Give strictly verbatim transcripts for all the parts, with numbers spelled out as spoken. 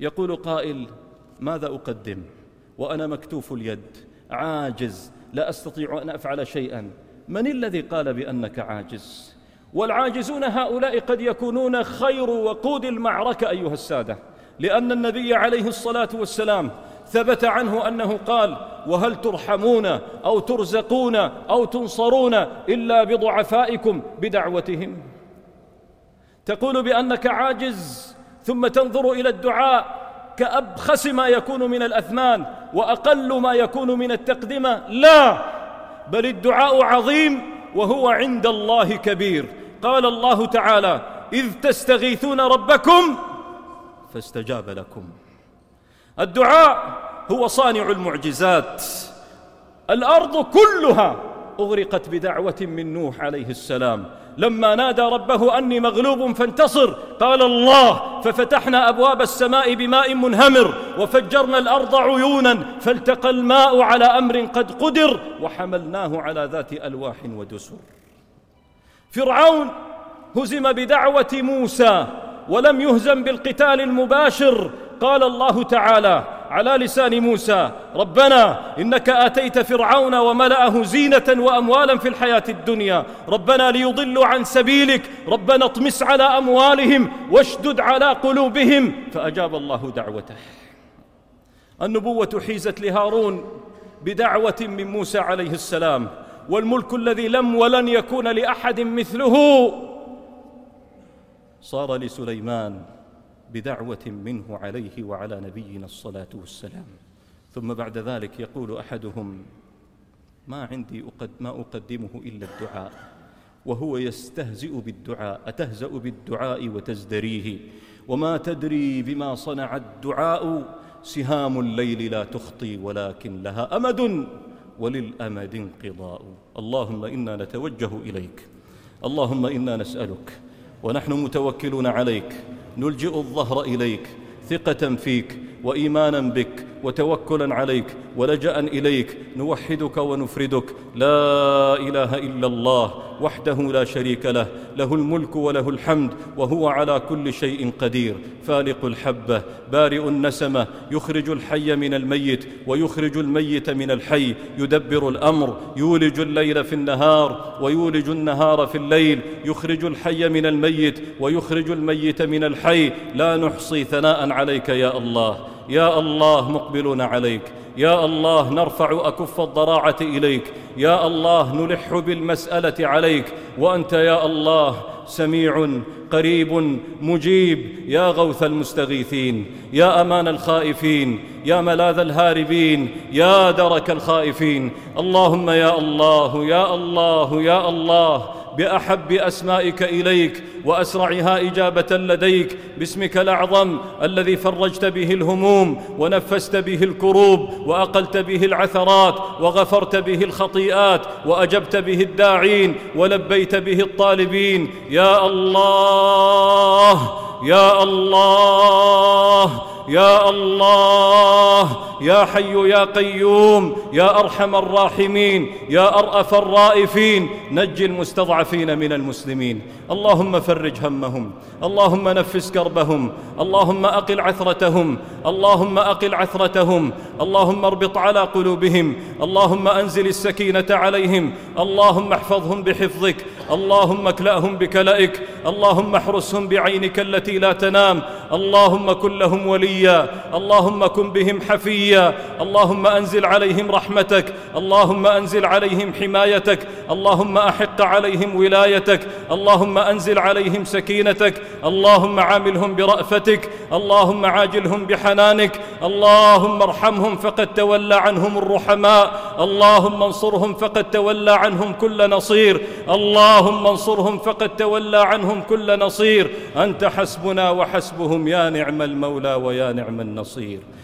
يقول قائل: ماذا أقدم وأنا مكتوف اليد عاجز لا أستطيع أن أفعل شيئا؟ من الذي قال بأنك عاجز؟ والعاجزون هؤلاء قد يكونون خير وقود المعركة أيها السادة، لأن النبي عليه الصلاة والسلام ثبت عنه أنه قال: وهل ترحمون أو ترزقون أو تنصرون إلا بضعفائكم بدعوتهم. تقول بأنك عاجز ثم تنظر إلى الدعاء كأبخس ما يكون من الأثمان وأقل ما يكون من التقدمة. لا، بل الدعاء عظيم وهو عند الله كبير. قال الله تعالى: إذ تستغيثون ربكم فاستجاب لكم. الدعاء هو صانع المعجزات. الأرض كلها أغرقت بدعوة من نوح عليه السلام لما نادى ربه أني مغلوب فانتصر. قال الله: ففتحنا أبواب السماء بماء منهمر وفجرنا الأرض عيونا فالتقى الماء على أمر قد قدر وحملناه على ذات ألواح ودسر. فرعون هزم بدعوة موسى ولم يهزم بالقتال المباشر. قال الله تعالى على لسان موسى: ربنا إنك آتيت فرعون وملأه زينة وأموالا في الحياة الدنيا، ربنا ليضلوا عن سبيلك، ربنا اطمس على أموالهم واشدد على قلوبهم. فأجاب الله دعوته. النبوة حيزت لهارون بدعوة من موسى عليه السلام، والملك الذي لم ولن يكون لأحد مثله صار لسليمان بدعوة منه عليه وعلى نبينا الصلاة والسلام. ثم بعد ذلك يقول أحدهم: ما عندي أقد ما أقدمه إلا الدعاء، وهو يستهزئ بالدعاء: أتهزأ بالدعاء وتزدريه، وما تدري بما صنع الدعاء، سهام الليل لا تخطي ولكن لها أمد وللأمد انقضاء. اللهم إنا نتوجه إليك، اللهم إنا نسألك ونحن متوكلون عليك، نلجئ الظهر إليك ثقة فيك وإيمانا بك وتوكلا عليك ولجأ إليك، نوحدك ونفردك. لا إله إلا الله وحده لا شريك له، له الملك وله الحمد وهو على كل شيء قدير. فالق الحبة، بارئ النسمة، يخرج الحي من الميت ويخرج الميت من الحي، يدبر الأمر، يولج الليل في النهار ويولج النهار في الليل، يخرج الحي من الميت ويخرج الميت من الحي. لا نحصي ثناء عليك يا الله. يا الله مقبلون عليك، يا الله نرفع أكف الضراعة إليك، يا الله نلح بالمسألة عليك، وأنت يا الله سميع قريب مجيب. يا غوث المستغيثين، يا أمان الخائفين، يا ملاذ الهاربين، يا درك الخائفين. اللهم يا الله يا الله يا الله بأحب أسمائك إليك وأسرعها إجابة لديك، باسمك الأعظم الذي فرجت به الهموم ونفست به الكروب وأقلت به العثرات وغفرت به الخطيئات وأجبت به الداعين ولبيت به الطالبين. يا الله يا الله يا الله يا حي يا قيوم يا أرحم الراحمين يا أرأف الرائفين، نج المستضعفين من المسلمين. اللهم فرج همهم، اللهم نفس كربهم، اللهم أقل عثرتهم، اللهم أقل عثرتهم، اللهم اربط على قلوبهم، اللهم أنزل السكينة عليهم، اللهم احفظهم بحفظك، اللهم اكلأهم بكلئك، اللهم احرسهم بعينك التي لا تنام، اللهم كن لهم وليا، اللهم كن بهم حفيا، اللهم أنزل عليهم رحمتك، اللهم أنزل عليهم حمايتك، اللهم أحق عليهم ولايتك، اللهم أنزل عليهم سكينتك، اللهم عاملهم برأفتك، اللهم عاجلهم بحنانك، اللهم ارحمهم فقد تولى عنهم الرحماء، اللهم انصرهم فقد تولى عنهم كل نصير، اللهم انصرهم فقد تولى عنهم كل نصير. أنت حسبنا وحسبهم، يا نعم المولى ويا نعم النصير.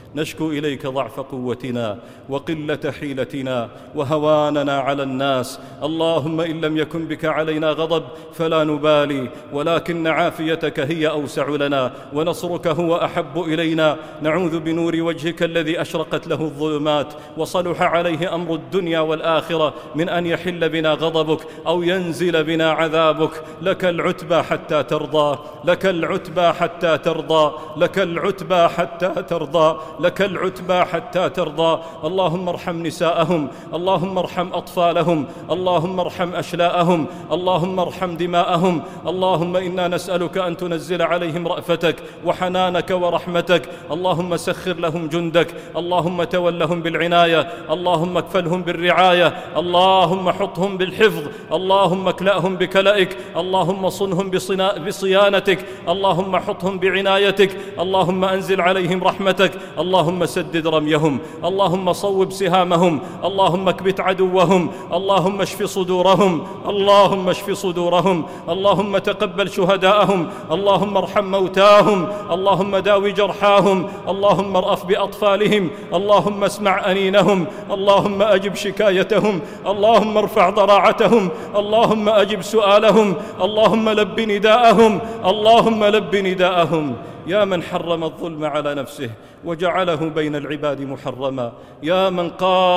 نشكو إليك ضعف قوتنا وقلة حيلتنا وهواننا على الناس. اللهم إن لم يكن بك علينا غضب فلا نبالي، ولكن عافيتك هي أوسع لنا ونصرك هو أحب إلينا. نعوذ بنور وجهك الذي أشرقت له الظلمات وصلح عليه أمر الدنيا والآخرة من أن يحل بنا غضبك أو ينزل بنا عذابك. لك العتبى حتى ترضى، لك العتبى حتى ترضى، لك العتبى حتى ترضى، لك العتبى حتى ترضى. اللهم ارحم نساءهم، اللهم ارحم أطفالهم، اللهم ارحم أشلاءهم، اللهم ارحم دماءهم. اللهم إنا نسألك أن تنزل عليهم رأفتك وحنانك ورحمتك. اللهم سخر لهم جندك، اللهم تولهم بالعناية، اللهم اكفلهم بالرعاية، اللهم حطهم بالحفظ، اللهم اكلأهم بكلأك، اللهم صنهم بصيانتك، اللهم حطهم بعنايتك، اللهم أنزل عليهم رحمتك، اللهم سدد رميهم، اللهم صوب سهامهم، اللهم اكبت عدوهم، اللهم اشف صدورهم، اللهم اشف صدورهم، اللهم تقبل شهداءهم، اللهم ارحم موتاهم، اللهم داوي جرحاهم، اللهم ارأف بأطفالهم، اللهم اسمع أنينهم، اللهم أجب شكايتهم، اللهم ارفع ضراعتهم، اللهم أجب سؤالهم، اللهم لب نداءهم، اللهم لب نداءهم. يا من حرم الظلم على نفسه وجعله بين العباد محرما، يا من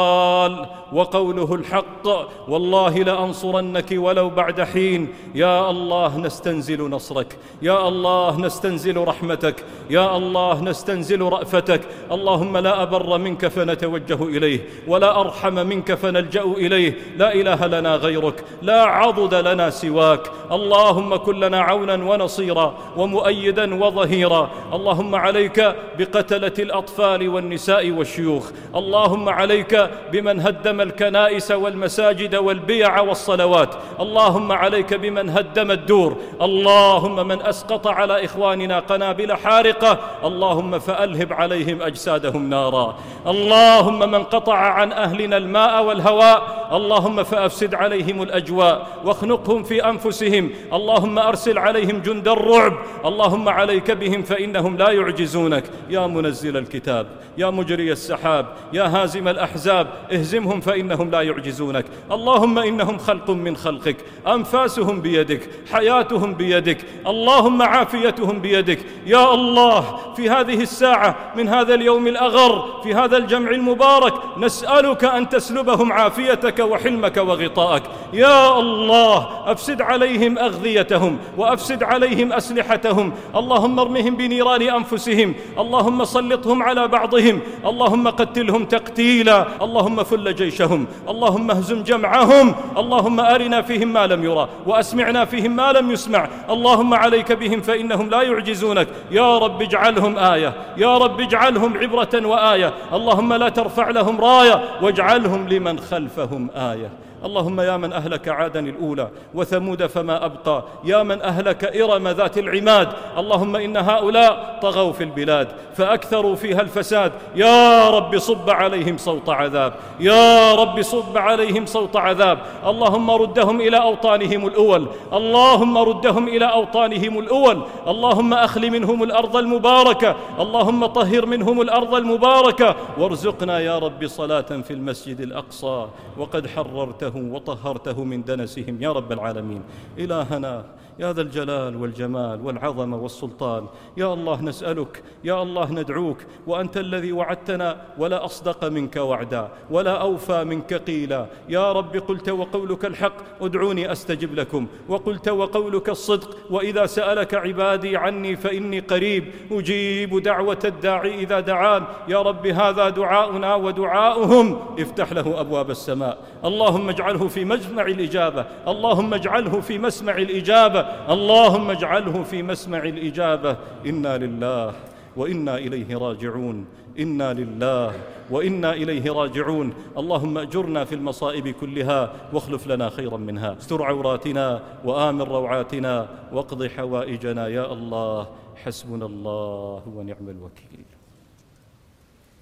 قال وقوله الحق والله لأنصرنك ولو بعد حين. يا الله نستنزل نصرك، يا الله نستنزل رحمتك، يا الله نستنزل رأفتك. اللهم لا أبر منك فنتوجه إليه، ولا أرحم منك فنلجأ إليه، لا إله لنا غيرك، لا عضد لنا سواك. اللهم كن لنا عونا ونصيرا ومؤيدا وظهيرا. اللهم عليك بقتلة الأطفال والنساء والشيوخ، اللهم عليك بمن هدم الكنائس والمساجد والبيع والصلوات، اللهم عليك بمن هدم الدور، اللهم من أسقط على إخواننا قنابل حارقة اللهم فألهب عليهم أجسادهم نارا، اللهم من قطع عن أهلنا الماء والهواء اللهم فأفسد عليهم الأجواء واخنقهم في أنفسهم، اللهم أرسل عليهم جند الرعب، اللهم عليك بهم فإنهم لا يعجزونك. يا منزل الكتاب، يا مجري السحاب، يا هازم الأحزاب، اهزمهم فإنهم لا يعجزونك. اللهم إنهم خلق من خلقك، أنفاسهم بيدك، حياتهم بيدك، اللهم عافيتهم بيدك. يا الله في هذه الساعة من هذا اليوم الأغر في هذا الجمع المبارك نسألك أن تسلبهم عافيتك وحلمك وغطاءك. يا الله أفسد عليهم أغذيتهم وأفسد عليهم أسلحتهم، اللهم ارمهم بنيران أنفسهم، اللهم سلطهم على بعضهم، اللهم قتلهم تقتيلا، اللهم فل جيشهم، اللهم اهزم جمعهم، اللهم أرنا فيهم ما لم يرى وأسمعنا فيهم ما لم يسمع، اللهم عليك بهم فإنهم لا يعجزونك. يا رب اجعلهم آية، يا رب اجعلهم عبرة وآية، اللهم لا ترفع لهم راية واجعلهم لمن خلفهم آية. اللهم يا من أهلك عادا الأولى وثمود فما أبقى، يا من أهلك إرم ذات العماد، اللهم إن هؤلاء طغوا في البلاد فأكثروا فيها الفساد، يا رب صب عليهم صوت عذاب، يا رب صب عليهم صوت عذاب، اللهم ردهم إلى أوطانهم الأول، اللهم ردهم إلى أوطانهم الأول، اللهم أخل منهم الأرض المباركة، اللهم طهر منهم الأرض المباركة، وارزقنا يا رب صلاة في المسجد الأقصى وقد حررته وطهرته من دنسهم يا رب العالمين. إلهنا يا ذا الجلال والجمال والعظمة والسلطان، يا الله نسألك، يا الله ندعوك، وأنت الذي وعدتنا ولا أصدق منك وعدا ولا أوفى منك قيلا. يا رب قلت وقولك الحق ادعوني أستجب لكم، وقلت وقولك الصدق وإذا سألك عبادي عني فإني قريب أجيب دعوة الداعي إذا دعان. يا رب هذا دعاؤنا ودعاؤهم، افتح له أبواب السماء، اللهم اجعله في مجمع الإجابة، اللهم اجعله في مسمع الإجابة، اللهم اجعله في مسمع الإجابة. إنا لله وإنا إليه راجعون، إنا لله وإنا إليه راجعون. اللهم أجرنا في المصائب كلها واخلف لنا خيرا منها، استر عوراتنا وآمن روعاتنا واقض حوائجنا يا الله. حسبنا الله ونعم الوكيل.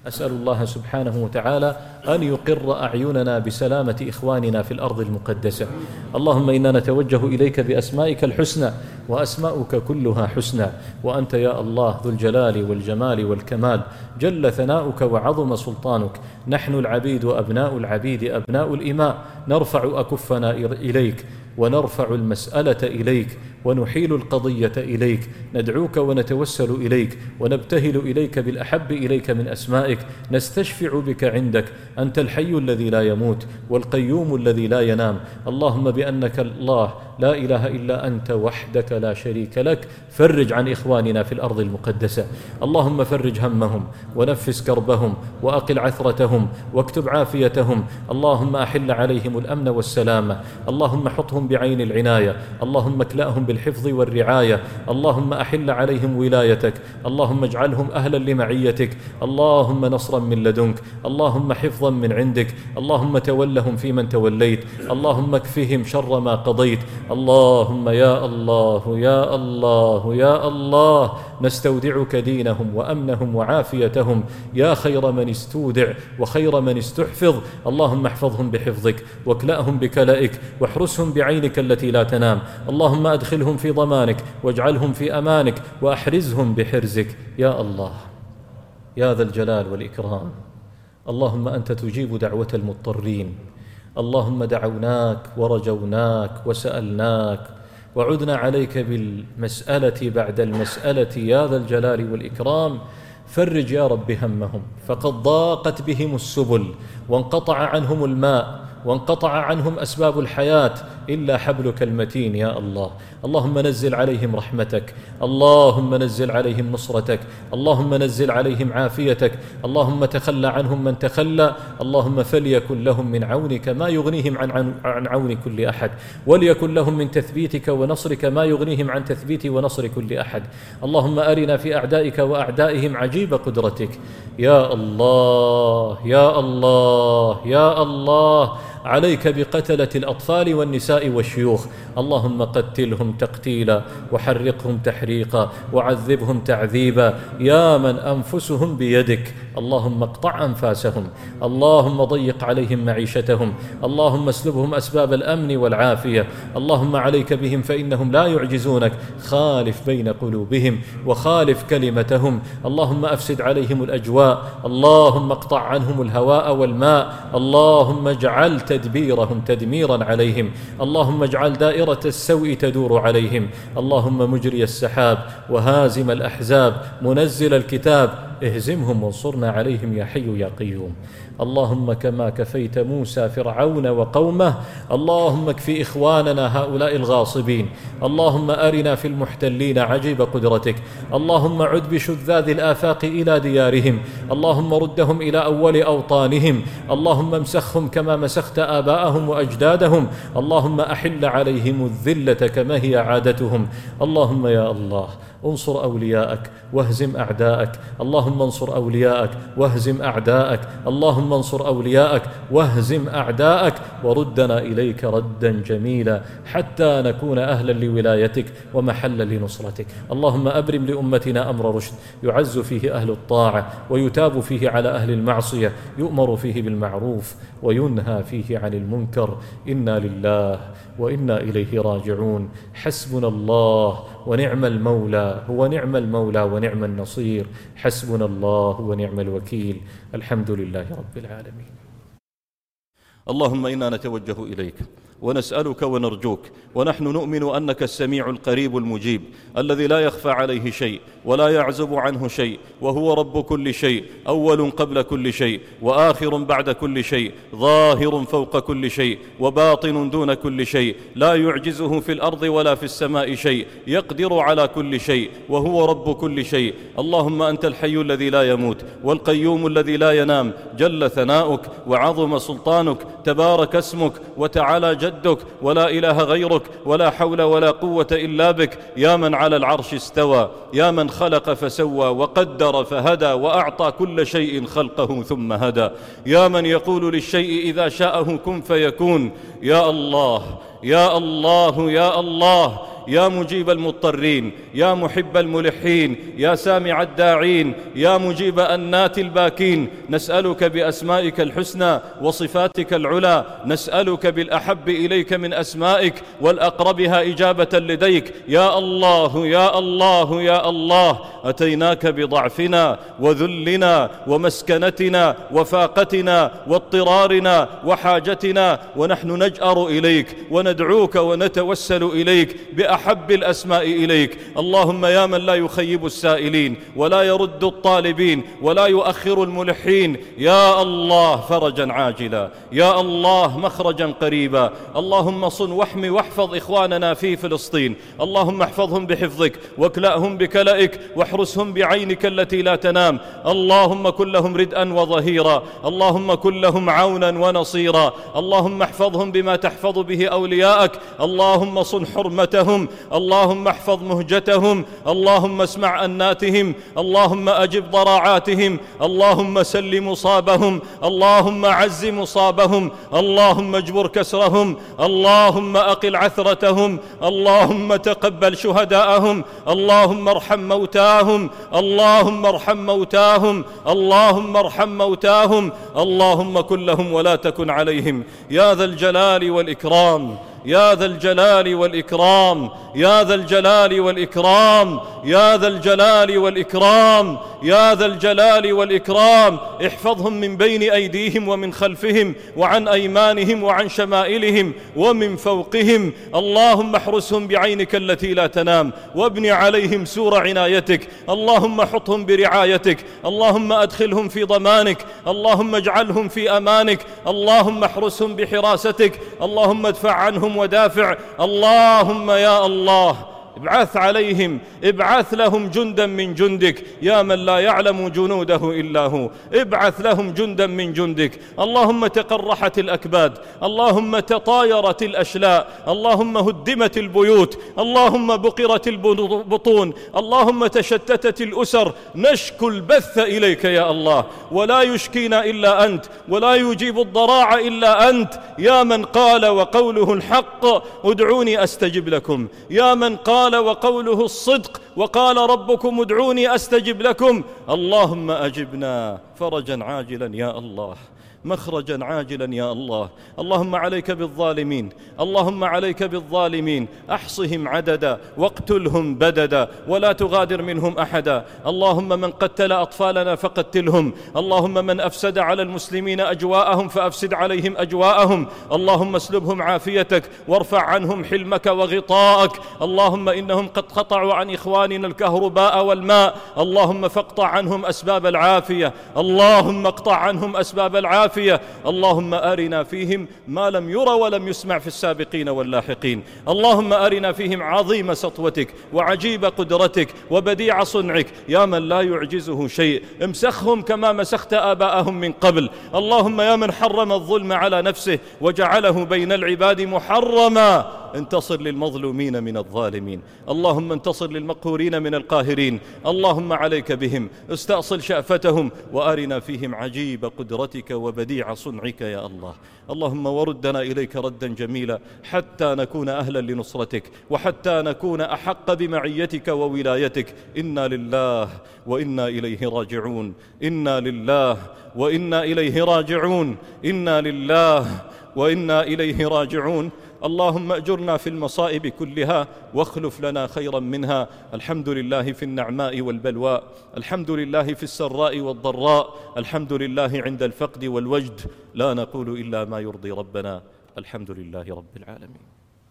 أسأل الله سبحانه وتعالى أن يقر أعيننا بسلامة إخواننا في الأرض المقدسة. اللهم إنا نتوجه إليك بأسمائك الحسنى، وأسماؤك كلها حسنى، وأنت يا الله ذو الجلال والجمال والكمال، جل ثناؤك وعظم سلطانك. نحن العبيد وأبناء العبيد أبناء الإماء، نرفع أكفنا إليك ونرفع المسألة إليك ونحيل القضية إليك، ندعوك ونتوسل إليك ونبتهل إليك بالأحب إليك من أسمائك، نستشفع بك عندك. أنت الحي الذي لا يموت والقيوم الذي لا ينام. اللهم بأنك الله لا إله إلا أنت وحدك لا شريك لك، فرج عن إخواننا في الأرض المقدسة. اللهم فرج همهم ونفس كربهم وأقل عثرتهم واكتب عافيتهم. اللهم أحل عليهم الأمن والسلامة. اللهم حطهم بعين العناية. اللهم اكلأهم بالحفظ والرعاية. اللهم أحل عليهم ولايتك. اللهم اجعلهم أهلا لمعيتك. اللهم نصرا من لدنك. اللهم حفظا من عندك. اللهم تولهم في من توليت. اللهم اكفهم شر ما قضيت. اللهم يا الله يا الله يا الله نستودعك دينهم وأمنهم وعافيتهم يا خير من استودع وخير من استحفظ. اللهم احفظهم بحفظك واكلأهم بكلائك واحرسهم بعينك التي لا تنام. اللهم أدخلهم في ضمانك واجعلهم في أمانك وأحرزهم بحرزك يا الله يا ذا الجلال والإكرام. اللهم أنت تجيب دعوة المضطرين. اللهم دعوناك ورجوناك وسألناك وعدنا عليك بالمسألة بعد المسألة يا ذا الجلال والإكرام. فرج يا رب همهم، فقد ضاقت بهم السبل وانقطع عنهم الماء وانقطع عنهم أسباب الحياة إلا حبلك المتين يا الله. اللهم نزل عليهم رحمتك. اللهم نزل عليهم نصرتك. اللهم نزل عليهم عافيتك. اللهم تخلى عنهم من تخلى. اللهم فليكن لهم من عونك ما يغنيهم عن, عن عون كل أحد، وليكن لهم من تثبيتك ونصرك ما يغنيهم عن تثبيت ونصر كل أحد. اللهم أرنا في أعدائك وأعدائهم عجيب قدرتك يا الله يا الله يا الله. عليك بقتلة الأطفال والنساء والشيوخ. اللهم قتلهم تقتيلا وحرقهم تحريقا وعذبهم تعذيبا يا من أنفسهم بيدك. اللهم اقطع أنفاسهم. اللهم ضيق عليهم معيشتهم. اللهم اسلبهم أسباب الأمن والعافية. اللهم عليك بهم فإنهم لا يعجزونك. خالف بين قلوبهم وخالف كلمتهم. اللهم أفسد عليهم الأجواء. اللهم اقطع عنهم الهواء والماء. اللهم اجعل تدبيرهم تدميرا عليهم. اللهم اجعل دائرة السوء تدور عليهم. اللهم مجري السحاب وهازم الأحزاب منزل الكتاب اهزمهم وانصرنا عليهم يا حي يا قيوم. اللهم كما كفيت موسى فرعون وقومه اللهم اكفي إخواننا هؤلاء الغاصبين. اللهم أرنا في المحتلين عجيب قدرتك. اللهم عد بشذاذ الآفاق إلى ديارهم. اللهم ردهم إلى أول أوطانهم. اللهم امسخهم كما مسخت آباءهم وأجدادهم. اللهم أحل عليهم الذلة كما هي عادتهم. اللهم يا الله انصر أولياءك واهزم أعداءك. اللهم انصر أولياءك واهزم أعداءك. اللهم انصر أولياءك واهزم أعداءك وردنا إليك ردا جميلا حتى نكون أهلا لولايتك ومحلا لنصرتك. اللهم أبرم لأمتنا أمر رشد يعز فيه أهل الطاعة ويتاب فيه على أهل المعصية، يؤمر فيه بالمعروف وينهى فيه عن المنكر. إنا لله وإنا إليه راجعون. حسبنا الله ونعم المولى، هو نعم المولى ونعم النصير. حسبنا الله ونعم الوكيل. الحمد لله رب العالمين. اللهم إنا نتوجه إليك ونسألك ونرجوك، ونحن نؤمن أنك السميع القريب المجيب الذي لا يخفى عليه شيء ولا يعزب عنه شيء، وهو رب كل شيء، أول قبل كل شيء وآخر بعد كل شيء، ظاهر فوق كل شيء وباطن دون كل شيء، لا يعجزه في الأرض ولا في السماء شيء، يقدر على كل شيء وهو رب كل شيء. اللهم أنت الحي الذي لا يموت والقيوم الذي لا ينام، جل ثناؤك وعظم سلطانك، تبارك اسمك وتعالى جدك، ولا إله غيرك، ولا حول ولا قوة إلا بك. يا من على العرش استوى، يا من خلق فسوى وقدر فهدى وأعطى كل شيء خلقه ثم هدى، يا من يقول للشيء إذا شاءه كن فيكون. يا الله يا الله يا الله يا مجيب المضطرين، يا محب الملحين، يا سامع الداعين، يا مجيب أنات الباكين، نسألك بأسمائك الحسنى وصفاتك العلى، نسألك بالأحب إليك من أسمائك والأقربها إجابة لديك. يا الله يا الله يا الله، أتيناك بضعفنا وذلنا ومسكنتنا وفاقتنا واضطرارنا وحاجتنا، ونحن نجأر إليك وندعوك ونتوسل إليك بأحب الأسماء إليك. اللهم يا من لا يخيب السائلين ولا يرد الطالبين ولا يؤخر الملحين، يا الله فرجا عاجلا، يا الله مخرجا قريبا. اللهم صن واحمي واحفظ إخواننا في فلسطين، اللهم احفظهم بحفظك واكلأهم بكلئك واحرسهم بعينك التي لا تنام. اللهم كن لهم ردءا وظهيرا، اللهم كن لهم عونا ونصيرا، اللهم احفظهم بما تحفظ به أولياءك. اللهم صن حرمتهم، اللهم احفظ مهجتهم، اللهم اسمع أناتهم، اللهم أجب ضراعاتهم، اللهم سل مصابهم، اللهم عز مصابهم، اللهم اجبر كسرهم، اللهم أقل عثرتهم، اللهم تقبل شهداءهم، اللهم ارحم موتاهم، اللهم ارحم موتاهم، اللهم ارحم موتاهم، اللهم كن لهم ولا تكن عليهم، يا ذا الجلال والإكرام، يا ذا الجلال والإكرام، يا ذا الجلال والإكرام، يا ذا الجلال والإكرام، يا ذا الجلال والإكرام. احفظهم من بين أيديهم ومن خلفهم وعن أيمانهم وعن شمائلهم ومن فوقهم. اللهم احرسهم بعينك التي لا تنام وابن عليهم سور عنايتك. اللهم حطهم برعايتك، اللهم أدخلهم في ضمانك، اللهم اجعلهم في أمانك، اللهم احرسهم بحراستك، اللهم ادفع عنهم ودافع. اللهم يا الله ابعث عليهم، ابعث لهم جندا من جندك، يا من لا يعلم جنوده إلا هو، ابعث لهم جندا من جندك. اللهم تقرحت الأكباد، اللهم تطايرت الأشلاء، اللهم هدمت البيوت، اللهم بقرت البطون، اللهم تشتتت الأسر. نشكو البث إليك يا الله، ولا يشكينا إلا أنت، ولا يجيب الضراع إلا أنت، يا من قال وقوله الحق ادعوني أستجب لكم، يا من قال وقوله الصدق وقال ربكم ادعوني أستجب لكم. اللهم أجبنا فرجا عاجلا يا الله، مخرجا عاجلا يا الله. اللهم عليك بالظالمين، اللهم عليك بالظالمين، أحصهم عددا واقتلهم بددا ولا تغادر منهم أحدا. اللهم من قتل أطفالنا فقتلهم، اللهم من أفسد على المسلمين أجواءهم فأفسد عليهم أجواءهم. اللهم اسلبهم عافيتك وارفع عنهم حلمك وغطاءك. اللهم إنهم قد قطعوا عن إخواننا الكهرباء والماء، اللهم فاقطع عنهم أسباب العافية، اللهم اقطع عنهم أسباب العافية. اللهم أرنا فيهم ما لم يرى ولم يسمع في السابقين واللاحقين. اللهم أرنا فيهم عظيم سطوتك وعجيب قدرتك وبديع صنعك، يا من لا يعجزه شيء. امسخهم كما مسخت آباءهم من قبل. اللهم يا من حرم الظلم على نفسه وجعله بين العباد محرما، انتصر للمظلومين من الظالمين، اللهم انتصر للمقهورين من القاهرين. اللهم عليك بهم، استأصل شأفتهم وأرنا فيهم عجيب قدرتك وبديع صنعك يا الله. اللهم وردنا إليك ردا جميلا حتى نكون أهلا لنصرتك وحتى نكون أحق بمعيتك وولايتك. إنا لله وإنا إليه راجعون، إنا لله وإنا إليه راجعون، إنا لله وإنا إليه راجعون. اللهم أجرنا في المصائب كلها واخلف لنا خيرا منها. الحمد لله في النعماء والبلواء، الحمد لله في السراء والضراء، الحمد لله عند الفقد والوجد. لا نقول إلا ما يرضي ربنا، الحمد لله رب العالمين.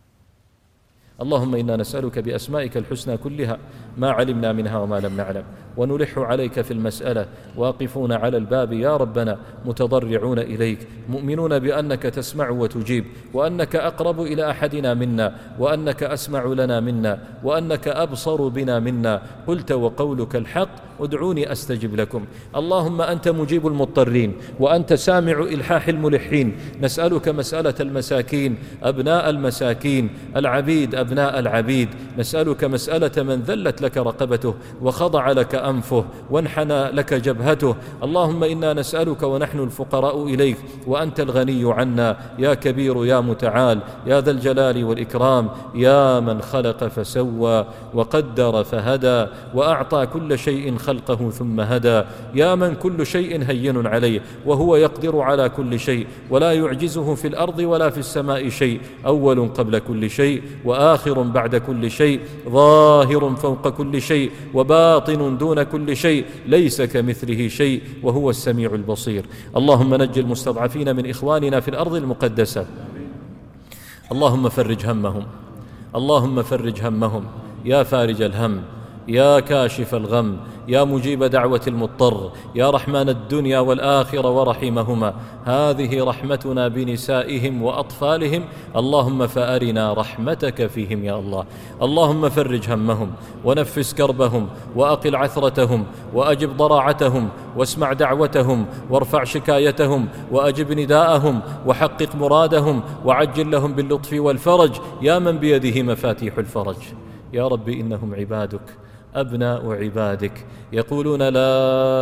اللهم إنا نسألك بأسمائك الحسنى كلها ما علمنا منها وما لم نعلم، ونلح عليك في المسألة، واقفون على الباب يا ربنا متضرعون إليك، مؤمنون بأنك تسمع وتجيب، وأنك أقرب إلى أحدنا منا، وأنك أسمع لنا منا، وأنك أبصر بنا منا. قلت وقولك الحق ادعوني أستجب لكم. اللهم أنت مجيب المضطرين وأنت سامع إلحاح الملحين. نسألك مسألة المساكين، أبناء المساكين، العبيد أبناء العبيد. نسألك مسألة من ذلت لك رقبته وخضع لك أنفه وانحنى لك جبهته. اللهم إنا نسألك ونحن الفقراء إليك وأنت الغني عنا، يا كبير يا متعال يا ذا الجلال والإكرام، يا من خلق فسوى وقدر فهدى وأعطى كل شيء خلقه ثم هدى، يا من كل شيء هين عليه وهو يقدر على كل شيء ولا يعجزه في الأرض ولا في السماء شيء، أول قبل كل شيء وآخر بعد كل شيء، ظاهر فوق كل شيء وباطن دون كل شيء، ليس كمثله شيء وهو السميع البصير. اللهم نج المستضعفين من إخواننا في الأرض المقدسة، اللهم فرج همهم، اللهم فرج همهم يا فارج الهم، يا كاشف الغم، يا مجيب دعوة المضطر، يا رحمن الدنيا والآخرة ورحيمهما. هذه رحمتنا بنسائهم وأطفالهم، اللهم فأرنا رحمتك فيهم يا الله. اللهم فرج همهم ونفس كربهم وأقل عثرتهم وأجب ضراعتهم واسمع دعوتهم وارفع شكايتهم وأجب نداءهم وحقق مرادهم وعجل لهم باللطف والفرج، يا من بيده مفاتيح الفرج. يا رب إنهم عبادك أبناء عبادك يقولون لا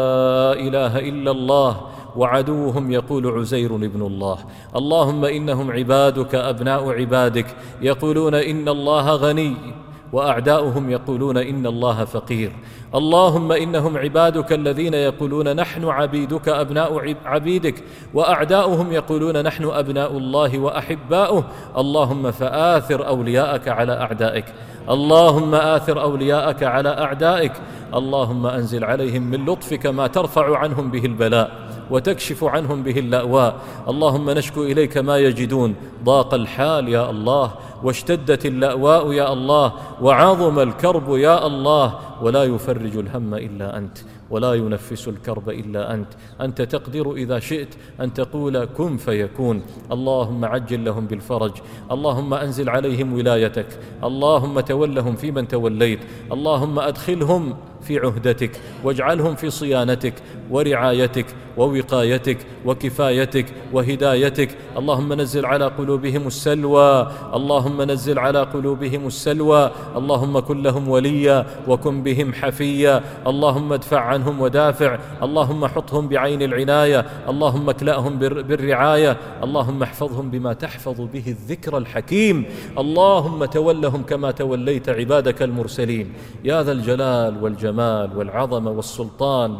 إله إلا الله وعدوهم يقول عزير ابن الله. اللهم إنهم عبادك أبناء عبادك يقولون إن الله غني وأعداؤهم يقولون إن الله فقير. اللهم إنهم عبادك الذين يقولون نحن عبيدك أبناء عبيدك وأعداؤهم يقولون نحن أبناء الله وأحباؤه. اللهم فآثر أولياءك على أعدائك، اللهم آثر أولياءك على أعدائك. اللهم أنزل عليهم من لطفك ما ترفع عنهم به البلاء وتكشف عنهم به اللأواء. اللهم نشكو إليك ما يجدون، ضاق الحال يا الله واشتدت اللأواء يا الله وعظم الكرب يا الله، ولا يفرج الهم إلا أنت ولا ينفس الكرب إلا أنت. أنت تقدر إذا شئت أن تقول كن فيكون. اللهم عجل لهم بالفرج، اللهم أنزل عليهم ولايتك، اللهم تولهم في من توليت، اللهم أدخلهم في عهدتك واجعلهم في صيانتك ورعايتك ووقايتك وكفايتك وهدايتك. اللهم نزل على قلوبهم السلوى، اللهم نزل على قلوبهم السلوى. اللهم كن لهم وليا وكن بهم حفيا، اللهم ادفع عنهم ودافع، اللهم حطهم بعين العناية، اللهم اكلأهم بالرعاية، اللهم احفظهم بما تحفظ به الذكر الحكيم. اللهم تولهم كما توليت عبادك المرسلين يا ذا الجلال والجمال والعظمة والسلطان.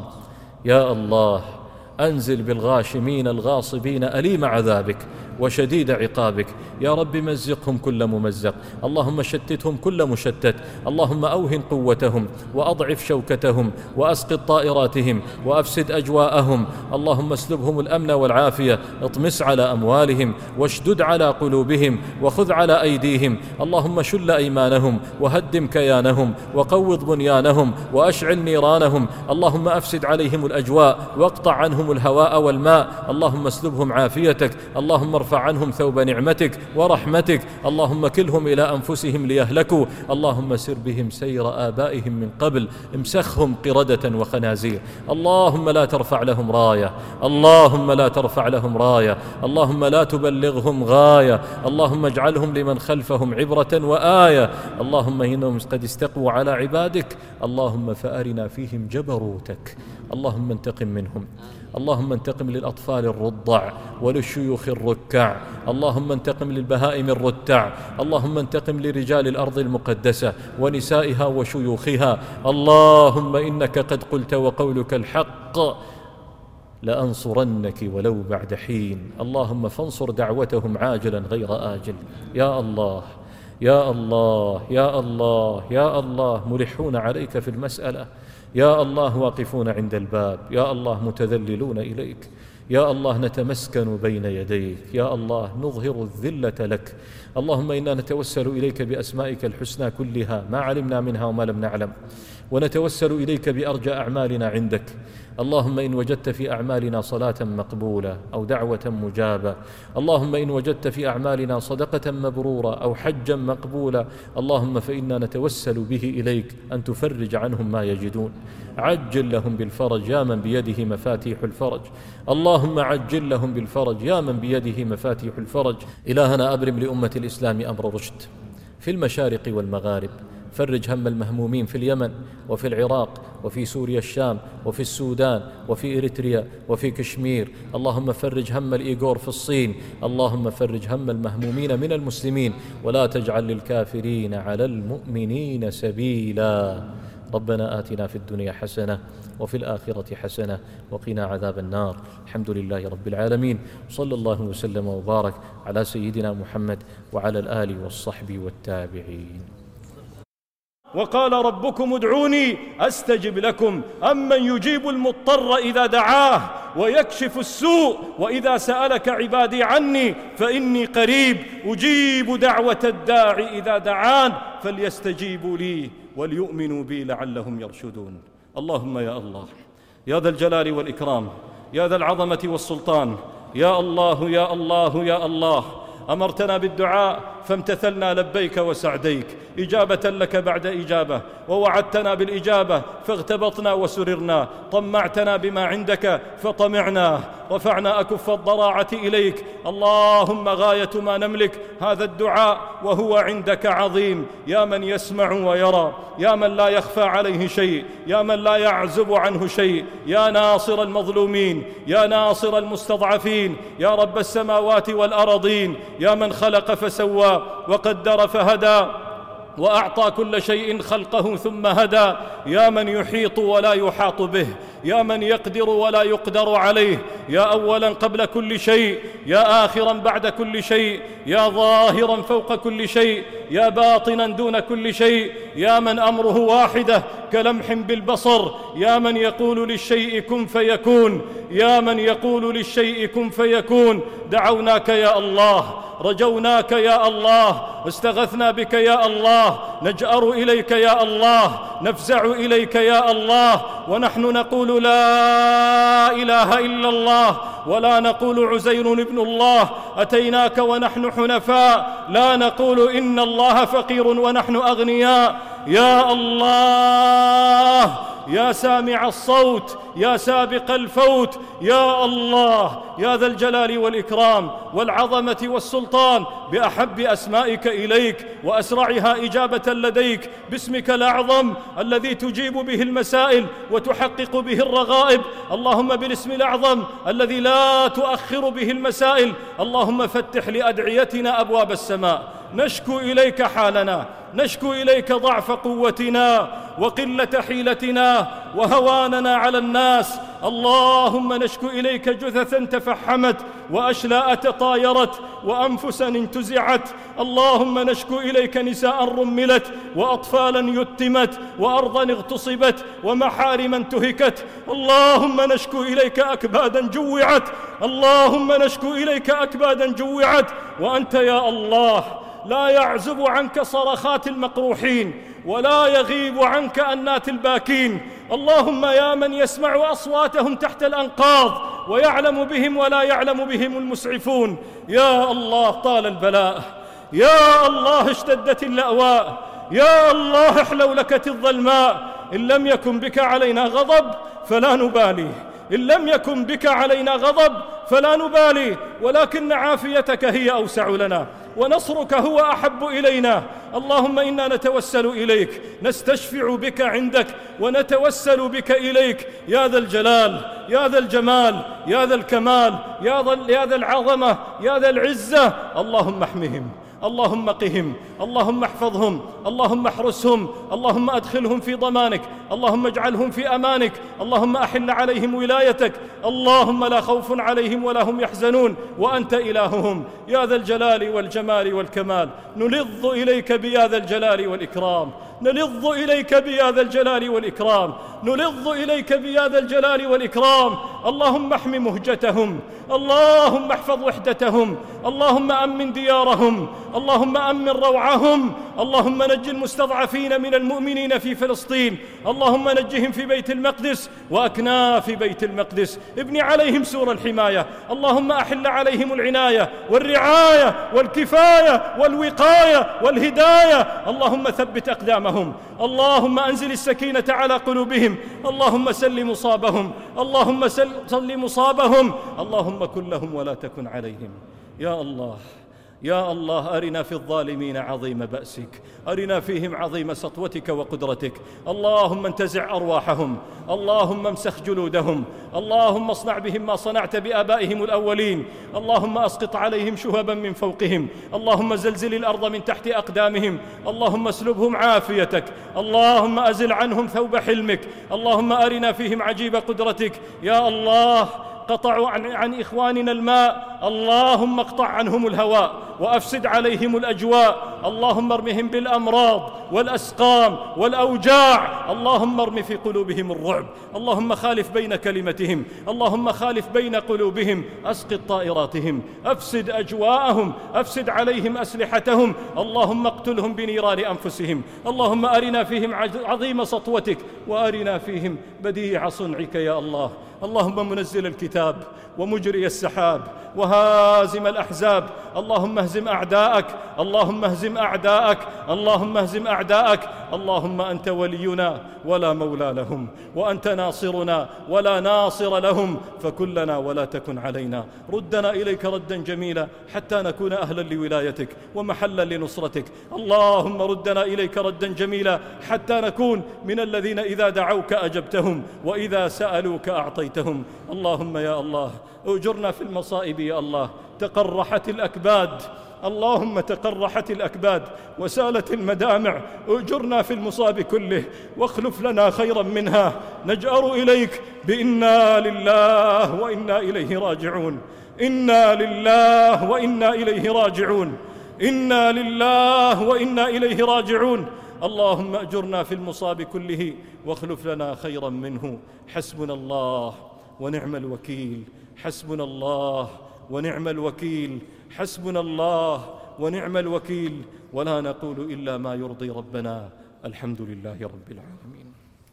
يا الله أنزل بالغاشمين الغاصبين أليم عذابك وشديد عقابك. يا رب مزقهم كل ممزق، اللهم شتتهم كل مشتت، اللهم أوهن قوتهم وأضعف شوكتهم وأسقط طائراتهم وأفسد أجواءهم. اللهم اسلبهم الأمن والعافية، اطمس على أموالهم واشدد على قلوبهم وخذ على أيديهم. اللهم شل أيمانهم وهدم كيانهم وقوض بنيانهم وأشعل نيرانهم. اللهم أفسد عليهم الأجواء واقطع عنهم الهواء والماء. اللهم اسلبهم عافيتك، اللهم ارفع عنهم ثوب نعمتك ورحمتك. اللهم كلهم إلى أنفسهم ليهلكوا، اللهم سر بهم سير آبائهم من قبل، امسخهم قردة وخنازير. اللهم لا ترفع لهم راية، اللهم لا ترفع لهم راية، اللهم لا تبلغهم غاية، اللهم اجعلهم لمن خلفهم عبرة وآية. اللهم إنهم قد استقوا على عبادك، اللهم فأرنا فيهم جبروتك. اللهم انتقم منهم، اللهم انتقم للأطفال الرضع وللشيوخ الركع، اللهم انتقم للبهائم الرتع، اللهم انتقم لرجال الأرض المقدسة ونسائها وشيوخها. اللهم إنك قد قلت وقولك الحق لأنصرنك ولو بعد حين. اللهم فانصر دعوتهم عاجلا غير آجل. يا الله يا الله يا الله يا الله ملحون عليك في المسألة، يا الله واقفون عند الباب، يا الله متذللون إليك، يا الله نتمسكن بين يديك، يا الله نظهر الذلة لك. اللهم إنا نتوسل إليك بأسمائك الحسنى كلها ما علمنا منها وما لم نعلم، ونتوسل إليك بأرجى أعمالنا عندك. اللهم إن وجدت في أعمالنا صلاة مقبولة أو دعوة مجابة، اللهم إن وجدت في أعمالنا صدقة مبرورة أو حجا مقبولا، اللهم فإنا نتوسل به إليك أن تفرج عنهم ما يجدون. عجل لهم بالفرج يا من بيده مفاتيح الفرج، اللهم عجل لهم بالفرج يا من بيده مفاتيح الفرج. إلهنا أبرم لأمة الإسلام أمر رشد في المشارق والمغارب، فرج هم المهمومين في اليمن وفي العراق وفي سوريا الشام وفي السودان وفي إريتريا وفي كشمير. اللهم فرج هم الإيغور في الصين. اللهم فرج هم المهمومين من المسلمين، ولا تجعل للكافرين على المؤمنين سبيلا. ربنا آتنا في الدنيا حسنة وفي الآخرة حسنة وقنا عذاب النار. الحمد لله رب العالمين، صلى الله وسلم وبارك على سيدنا محمد وعلى الآل والصحب والتابعين. وقال ربكم ادعوني أستجب لكم، أمن يجيب المضطر إذا دعاه ويكشف السوء وإذا سألك عبادي عني فإني قريب أجيب دعوة الداع إذا دعان فليستجيبوا لي وليؤمنوا بي لعلهم يرشدون. اللهم يا الله، يا ذا الجلال والإكرام، يا ذا العظمة والسلطان، يا الله يا الله يا الله، أمرتنا بالدعاء فامتثلنا لبيك وسعديك إجابة لك بعد إجابة، ووعدتنا بالإجابة فاغتبطنا وسررنا، طمعتنا بما عندك فطمعنا، رفعنا أكف الضراعة إليك. اللهم غاية ما نملك هذا الدعاء وهو عندك عظيم، يا من يسمع ويرى، يا من لا يخفى عليه شيء، يا من لا يعزب عنه شيء، يا ناصر المظلومين، يا ناصر المستضعفين، يا رب السماوات والأرضين، يا من خلق فسوى وقدر فهدى وأعطى كل شيء خلقه ثم هدى، يا من يحيط ولا يحاط به، يا من يقدر ولا يقدر عليه، يا أولا قبل كل شيء، يا آخرا بعد كل شيء، يا ظاهرا فوق كل شيء، يا باطنا دون كل شيء، يا من أمره واحدة كلمح بالبصر، يا من يقول للشيء كن فيكون، يا من يقول للشيء كن فيكون. دعوناك يا الله، رجوناك يا الله، استغثنا بك يا الله، نجأر إليك يا الله، نفزع إليك يا الله، ونحن نقول لا إله إلا الله ولا نقول عزير ابن الله. أتيناك ونحن حنفاء، لا نقول إن الله فقير ونحن أغنياء. يا الله، يا سامع الصوت، يا سابق الفوت، يا الله، يا ذا الجلال والإكرام والعظمة والسلطان، بأحب أسمائك إليك وأسرعها إجابة لديك، باسمك الأعظم الذي تجيب به المسائل وتحقق به الرغائب، اللهم بالاسم الأعظم الذي لا تؤخر به المسائل، اللهم فتح لأدعيتنا أبواب السماء. نشكو إليك حالنا، نشكو إليك ضعف قوتنا وقلة حيلتنا وهواننا على الناس. اللهم نشكو إليك جثثا تفحمت وأشلاء تطايرت وأنفسا انتزعت. اللهم نشكو إليك نساء رملت وأطفالا يتمت وأرضا اغتصبت ومحارما انتهكت. اللهم نشكو إليك أكبادا جوعت، اللهم نشكو إليك أكبادا جوعت، وأنت يا الله لا يعزب عنك صرخات المقروحين ولا يغيب عنك أنات الباكين. اللهم يا من يسمع أصواتهم تحت الأنقاض ويعلم بهم ولا يعلم بهم المسعفون. يا الله طال البلاء، يا الله اشتدت اللأواء، يا الله احلولكت الظلماء. إن لم يكن بك علينا غضب فلا نبالي، إن لم يكن بك علينا غضب فلا نبالي، ولكن عافيتك هي أوسع لنا ونصرك هو أحب إلينا. اللهم إنا نتوسل إليك، نستشفع بك عندك ونتوسل بك إليك، يا ذا الجلال، يا ذا الجمال، يا ذا الكمال، يا ذا, يا ذا العظمة، يا ذا العزة. اللهم احمهم، اللهم قهم، اللهم احفظهم، اللهم احرسهم، اللهم أدخلهم في ضمانك، اللهم اجعلهم في أمانك، اللهم أحل عليهم ولايتك. اللهم لا خوف عليهم ولا هم يحزنون وأنت إلههم، يا ذا الجلال والجمال والكمال. نلظ إليك بيا ذا الجلال والإكرام، نلظ إليك بيا ذا الجلال والإكرام، نلظ إليك بيا ذا الجلال والإكرام. اللهم احم مهجتهم، اللهم احفظ وحدتهم، اللهم أمن ديارهم، اللهم أمن روعهم، اللهم نج المستضعفين من المؤمنين في فلسطين، اللهم نجهم في بيت المقدس وأكناف بيت المقدس، ابن عليهم سور الحماية، اللهم أحل عليهم العناية والرعاية والكفاية والوقاية والهداية. اللهم ثبت أقدامهم، اللهم أنزل السكينة على قلوبهم، اللهم سل مصابهم، اللهم سل مصابهم، اللهم كن لهم ولا تكن عليهم. يا الله، يا الله أرنا في الظالمين عظيم بأسك، أرنا فيهم عظيم سطوتك وقدرتك. اللهم انتزع أرواحهم، اللهم امسخ جلودهم، اللهم اصنع بهم ما صنعت بآبائهم الأولين. اللهم أسقط عليهم شهبا من فوقهم، اللهم زلزل الأرض من تحت أقدامهم، اللهم اسلبهم عافيتك، اللهم أزل عنهم ثوب حلمك، اللهم أرنا فيهم عجيب قدرتك. يا الله قطعوا عن, عن إخواننا الماء، اللهم اقطع عنهم الهواء وأفسد عليهم الأجواء، اللهم ارمهم بالأمراض والأسقام والأوجاع، اللهم ارم في قلوبهم الرعب، اللهم خالف بين كلمتهم، اللهم خالف بين قلوبهم، أسقط طائراتهم، أفسد أجواءهم، أفسد عليهم أسلحتهم، اللهم اقتلهم بنيران أنفسهم. اللهم أرنا فيهم عظيم سطوتك، وأرنا فيهم بديع صنعك يا الله. اللهم منزل الكتاب ومجري السحاب وهازم الأحزاب، اللهم اهزم أعداءك، اللهم اهزم أعداءك، اللهم اهزم أعداءك. اللهم أنت ولينا ولا مولى لهم، وأنت ناصرنا ولا ناصر لهم، فكلنا ولا تكن علينا. ردنا إليك ردا جميلا حتى نكون أهلا لولايتك ومحلا لنصرتك. اللهم ردنا إليك ردا جميلا حتى نكون من الذين إذا دعوك أجبتهم وإذا سألوك أعطيتهم. اللهم يا الله أجرنا في المصائب يا الله. تقرحت الأكباد، اللهم تقرحت الأكباد وسالت المدامع، أجرنا في المصاب كله واخلف لنا خيرا منها. نجأر إليك بإنا لله وإنا إليه راجعون، إنا لله وإنا إليه راجعون، إنا لله وإنا إليه راجعون. اللهم أجرنا في المصاب كله واخلف لنا خيرا منه. حسبنا الله ونعم الوكيل، حسبنا الله ونعم الوكيل، حسبنا الله ونعم الوكيل، ولا نقول إلا ما يرضي ربنا. الحمد لله رب العالمين.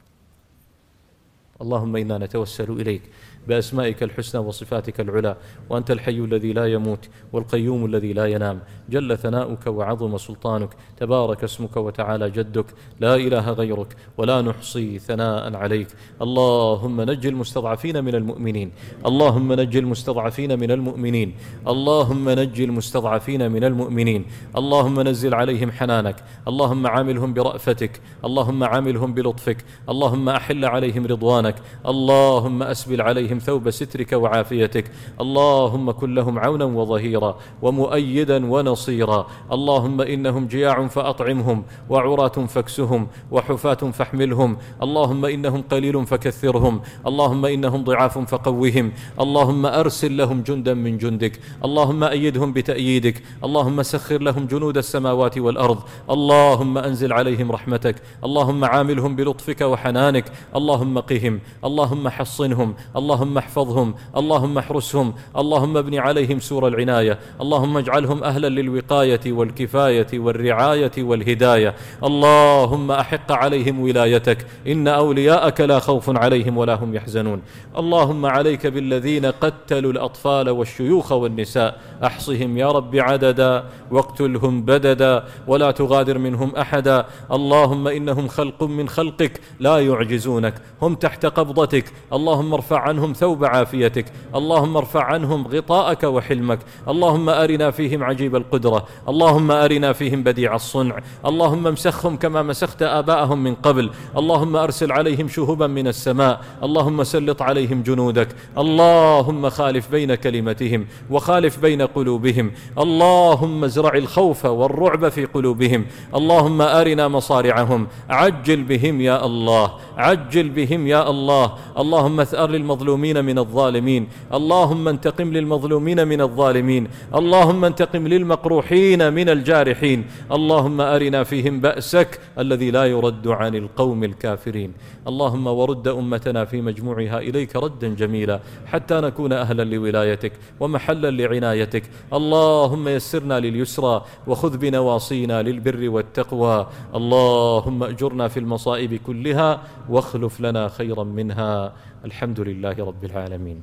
اللهم إنا نتوسل إليك بأسمائك الحسنى وصفاتك العلى، وأنت الحي الذي لا يموت والقيوم الذي لا ينام، جل ثناؤك وعظم سلطانك، تبارك اسمك وتعالى جدك، لا إله غيرك ولا نحصي ثناء عليك. اللهم نج المستضعفين من المؤمنين، اللهم نج المستضعفين من المؤمنين، اللهم نج المستضعفين من المؤمنين. اللهم نزل عليهم حنانك، اللهم عاملهم برأفتك، اللهم عاملهم بلطفك، اللهم أحل عليهم رضوانك، اللهم أسبل عليهم ثوب سترك وعافيتك. اللهم كن لهم عونا وظهيرا ومؤيدا ونصيرا. اللهم إنهم جياع فأطعمهم، وعراة فاكسهم، وحفاة فاحملهم. اللهم إنهم قليل فكثرهم، اللهم إنهم ضعاف فقوهم. اللهم أرسل لهم جندا من جندك، اللهم أيدهم بتأييدك، اللهم سخر لهم جنود السماوات والأرض. اللهم أنزل عليهم رحمتك، اللهم عاملهم بلطفك وحنانك. اللهم قهم، اللهم حصنهم، اللهم احفظهم، اللهم احرسهم، اللهم ابن عليهم سور العناية، اللهم اجعلهم أهلا للوقاية والكفاية والرعاية والهداية. اللهم أحق عليهم ولايتك، إن أولياءك لا خوف عليهم ولا هم يحزنون. اللهم عليك بالذين قتلوا الأطفال والشيوخ والنساء، أحصهم يا رب عددا واقتلهم بددا ولا تغادر منهم أحدا. اللهم إنهم خلق من خلقك لا يعجزونك، هم تحت قبضتك. اللهم ارفع عنهم ثوب عافيتك، اللهم ارفع عنهم غطاءك وحلمك. اللهم أرنا فيهم عجيب القدرة، اللهم أرنا فيهم بديع الصنع. اللهم امسخهم كما مسخت آباءهم من قبل. اللهم أرسل عليهم شهبا من السماء، اللهم سلط عليهم جنودك. اللهم خالف بين كلمتهم وخالف بين قلوبهم. اللهم ازرع الخوف والرعب في قلوبهم. اللهم أرنا مصارعهم، عجل بهم يا الله، عجل بهم يا الله. اللهم اثأر للمظلومين من الظالمين، اللهم انتقم للمظلومين من الظالمين، اللهم انتقم للمقروحين من الجارحين. اللهم أرنا فيهم بأسك الذي لا يرد عن القوم الكافرين. اللهم ورد أمتنا في مجموعها إليك ردا جميلا حتى نكون أهلا لولايتك ومحلا لعنايتك. اللهم يسرنا لليسرى وخذ بنواصينا للبر والتقوى. اللهم أجرنا في المصائب كلها واخلف لنا خيرا منها. الحمد لله رب العالمين.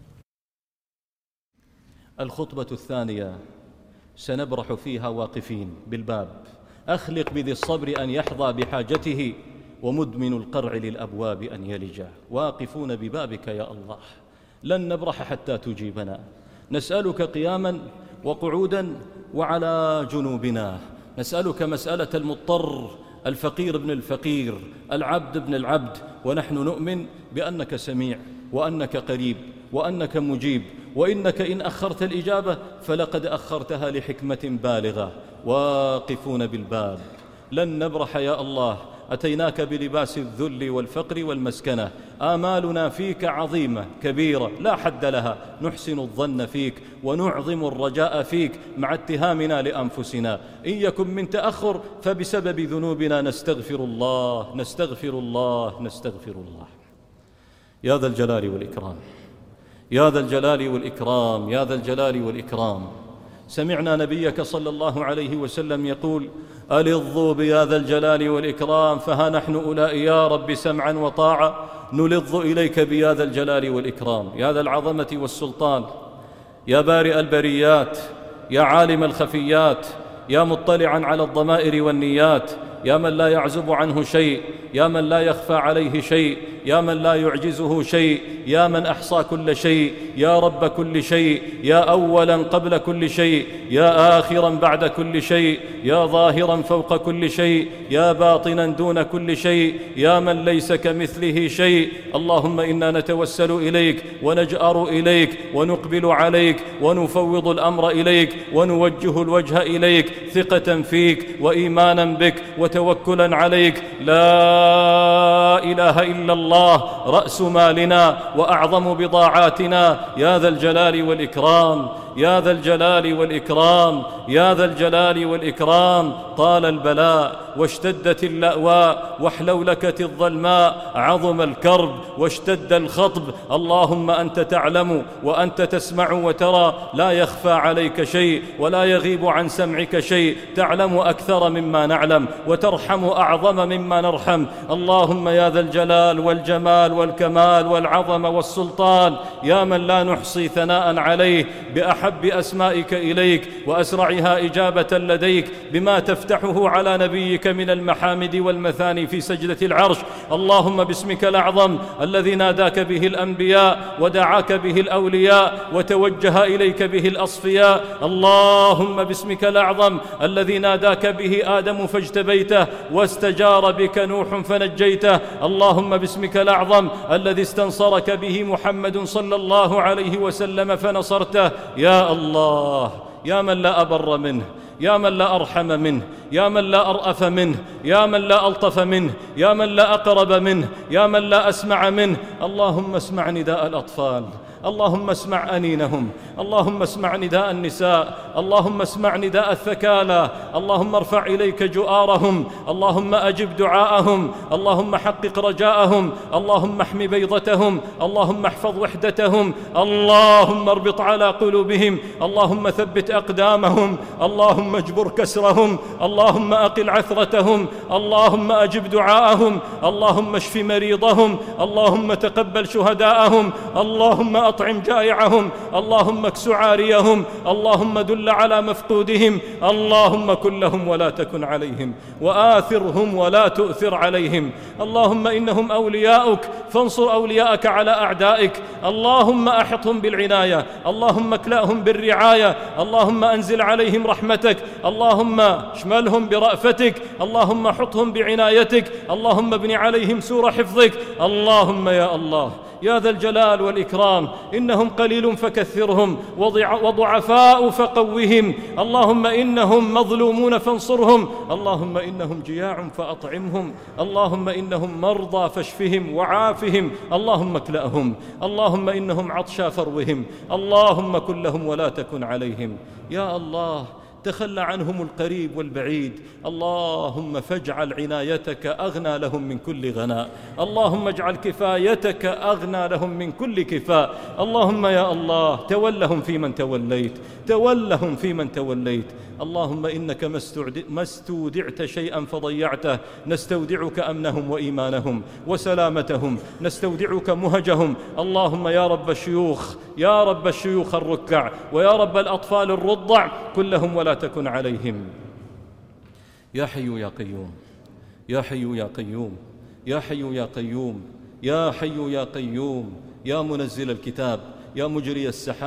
الخطبة الثانية سنبرح فيها واقفين بالباب. أخلق بذي الصبر أن يحظى بحاجته، ومدمن القرع للأبواب أن يلجا. واقفون ببابك يا الله، لن نبرح حتى تجيبنا. نسألك قياما وقعودا وعلى جنوبنا. نسألك مسألة المضطر، الفقير ابن الفقير، العبد ابن العبد، ونحن نؤمن بأنك سميع وأنك قريب وأنك مجيب، وإنك إن أخرت الإجابة فلقد أخرتها لحكمة بالغة. واقفون بالباب لن نبرح يا الله، أتيناك بلباس الذل والفقر والمسكنة، آمالنا فيك عظيمة كبيرة لا حد لها، نحسن الظن فيك ونعظم الرجاء فيك مع اتهامنا لأنفسنا. إن يكن من تأخر فبسبب ذنوبنا، نستغفر الله نستغفر الله نستغفر الله. يا ذا الجلال والإكرام، يا ذا الجلال والإكرام، يا ذا الجلال والإكرام، سمعنا نبيك صلى الله عليه وسلم يقول: ألظوا بيا ذا الجلال والإكرام، فها نحن أولئك يا رب سمعا وطاعة نلظ إليك بيا ذا الجلال والإكرام. يا ذا العظمة والسلطان، يا بارئ البريات، يا عالم الخفيات، يا مطلعا على الضمائر والنيات، يا من لا يعزب عنه شيء، يا من لا يخفى عليه شيء، يا من لا يعجزه شيء، يا من أحصى كل شيء، يا رب كل شيء، يا أولا قبل كل شيء، يا آخرا بعد كل شيء، يا ظاهرا فوق كل شيء، يا باطنا دون كل شيء، يا من ليس كمثله شيء. اللهم إنا نتوسل إليك ونجأر إليك ونقبل عليك ونفوض الأمر إليك ونوجه الوجه إليك، ثقة فيك وإيمانا بك وتوكلا عليك. لا إله إلا الله رأس مالنا وأعظم بضاعاتنا. يا ذا الجلال والإكرام، يا ذا الجلال والإكرام، يا ذا الجلال والإكرام. طال البلاء واشتدت اللأواء وحلولكت الظلماء، عظم الكرب واشتد الخطب. اللهم أنت تعلم وأنت تسمع وترى، لا يخفى عليك شيء ولا يغيب عن سمعك شيء، تعلم أكثر مما نعلم وترحم أعظم مما نرحم. اللهم يا ذا الجلال والجمال والكمال والعظمة والسلطان، يا من لا نحصي ثناء عليه، بأحب أسمائك إليك وأسرعها إجابة لديك، بما تفتحه على نبيك من المحامد والمثاني في سجدة العرش. اللهم باسمك الأعظم الذي ناداك به الأنبياء ودعاك به الأولياء وتوجه إليك به الأصفياء. اللهم باسمك الأعظم الذي ناداك به آدم فاجتبيته واستجار بك نوح فنجيته. اللهم باسمك الأعظم الذي استنصرك به محمد صلى الله عليه وسلم فنصرته. يا الله، يا من لا أبر منه، يا من لا أرحم منه، يا من لا أرأف منه، يا من لا ألطف منه، يا من لا أقرب منه، يا من لا أسمع منه. اللهم اسمع نداء الأطفال، اللهم اسمع أنينهم، اللهم اسمع نداء النساء، اللهم اسمع نداء الثكالى، اللهم ارفع إليك جؤارهم، اللهم أجب دعاءهم، اللهم حقق رجاءهم، اللهم احم بيضتهم، اللهم احفظ وحدتهم، اللهم اربط على قلوبهم، اللهم ثبت أقدامهم، اللهم اجبر كسرهم، اللهم أقل عثرتهم، اللهم أجب دعاءهم، اللهم اشف مريضهم، اللهم تقبل شهداءهم، اللهم أطعم جائعهم، اللهم اكس عاريهم، اللهم دل على مفقودهم، اللهم كن لهم ولا تكن عليهم، وآثرهم ولا تؤثر عليهم. اللهم إنهم أولياؤك فانصر أولياءك على أعدائك. اللهم أحطهم بالعناية، اللهم اكلأهم بالرعاية، اللهم أنزل عليهم رحمتك، اللهم اشملهم برأفتك، اللهم حطهم بعنايتك، اللهم ابن عليهم سور حفظك. اللهم يا الله يا ذا الجلال والإكرام، إنهم قليل فكثرهم وضعفاء فقوهم. اللهم إنهم مظلومون فانصرهم، اللهم إنهم جياع فأطعمهم، اللهم إنهم مرضى فاشفهم وعافهم، اللهم اكلأهم، اللهم إنهم عطشى فروهم، اللهم كن لهم ولا تكن عليهم. يا الله تخلى عنهم القريب والبعيد، اللهم فاجعل عنايتك أغنى لهم من كل غناء، اللهم اجعل كفايتك أغنى لهم من كل كفاء. اللهم يا الله تولهم في من توليت، تولهم في من توليت. اللهم إنك ما استودعت شيئا فضيعته، نستودعك أمنهم وإيمانهم وسلامتهم، نستودعك مهجهم. اللهم يا رب الشيوخ، يا رب الشيوخ الركع، ويا رب الأطفال الرضع، كلهم ولا تكن عليهم. يا حي يا قيوم، يا حي يا قيوم، يا حي يا قيوم، يا حي يا قيوم، يا منزل الكتاب، يا مجري السحاب،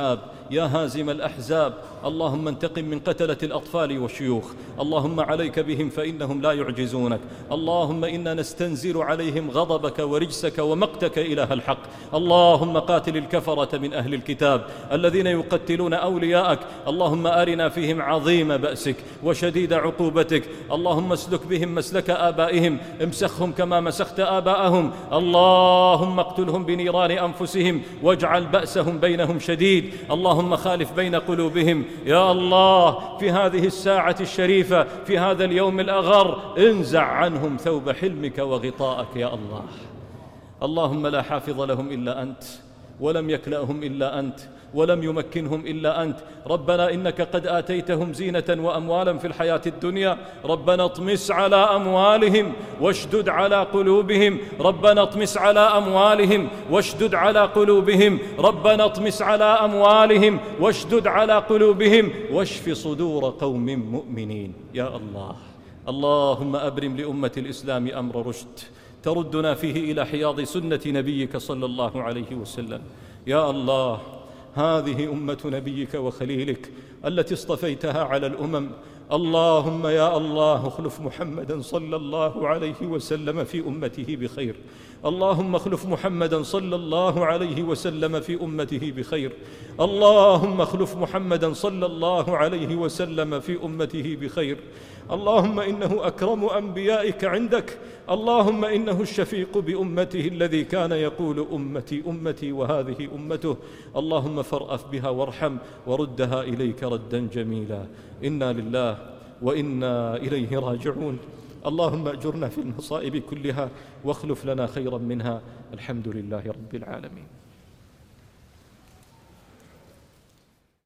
يا هازم الأحزاب. اللهم انتقم من قتلة الأطفال والشيوخ، اللهم عليك بهم فإنهم لا يعجزونك. اللهم إنا نستنزل عليهم غضبك ورجسك ومقتك إله الحق. اللهم قاتل الكفرة من أهل الكتاب الذين يقتلون أولياءك، اللهم أرنا فيهم عظيم بأسك وشديد عقوبتك. اللهم اسلك بهم مسلك آبائهم، امسخهم كما مسخت آباءهم. اللهم اقتلهم بنيران أنفسهم واجعل بأسهم بينهم شديد. اللهم خالف بين قلوبهم يا الله في هذه الساعة الشريفة، في هذا اليوم الأغر، انزع عنهم ثوب حلمك وغطاءك يا الله. اللهم لا حافظ لهم إلا أنت، ولم يكلأهم إلا أنت، ولم يمكنهم إلا أنت. ربنا إنك قد آتيتهم زينة وأموالا في الحياة الدنيا، ربنا اطمس على أموالهم واشدد على قلوبهم. ربنا اطمس على أموالهم واشدد على قلوبهم. ربنا اطمس على أموالهم واشدد على قلوبهم واشف صدور قوم مؤمنين يا الله. اللهم أبرم لأمة الإسلام أمر رشد تردنا فيه إلى حياض سنة نبيك صلى الله عليه وسلم. يا الله، هذه أمة نبيك وخليلك التي اصطفيتها على الأمم. اللهم يا الله اخلف محمدا صلى الله عليه وسلم في أمته بخير. اللهم اخلف محمدا صلى الله عليه وسلم في أمته بخير. اللهم اخلف محمدا صلى الله عليه وسلم في أمته بخير. اللهم إنه أكرم أنبيائك عندك. اللهم إنه الشفيق بأمته الذي كان يقول أمتي أمتي وهذه أمته. اللهم فارأف بها وارحم وردها إليك ردا جميلا. إنا لله وإنا إليه راجعون. اللهم أجرنا في المصائب كلها واخلف لنا خيرا منها. الحمد لله رب العالمين.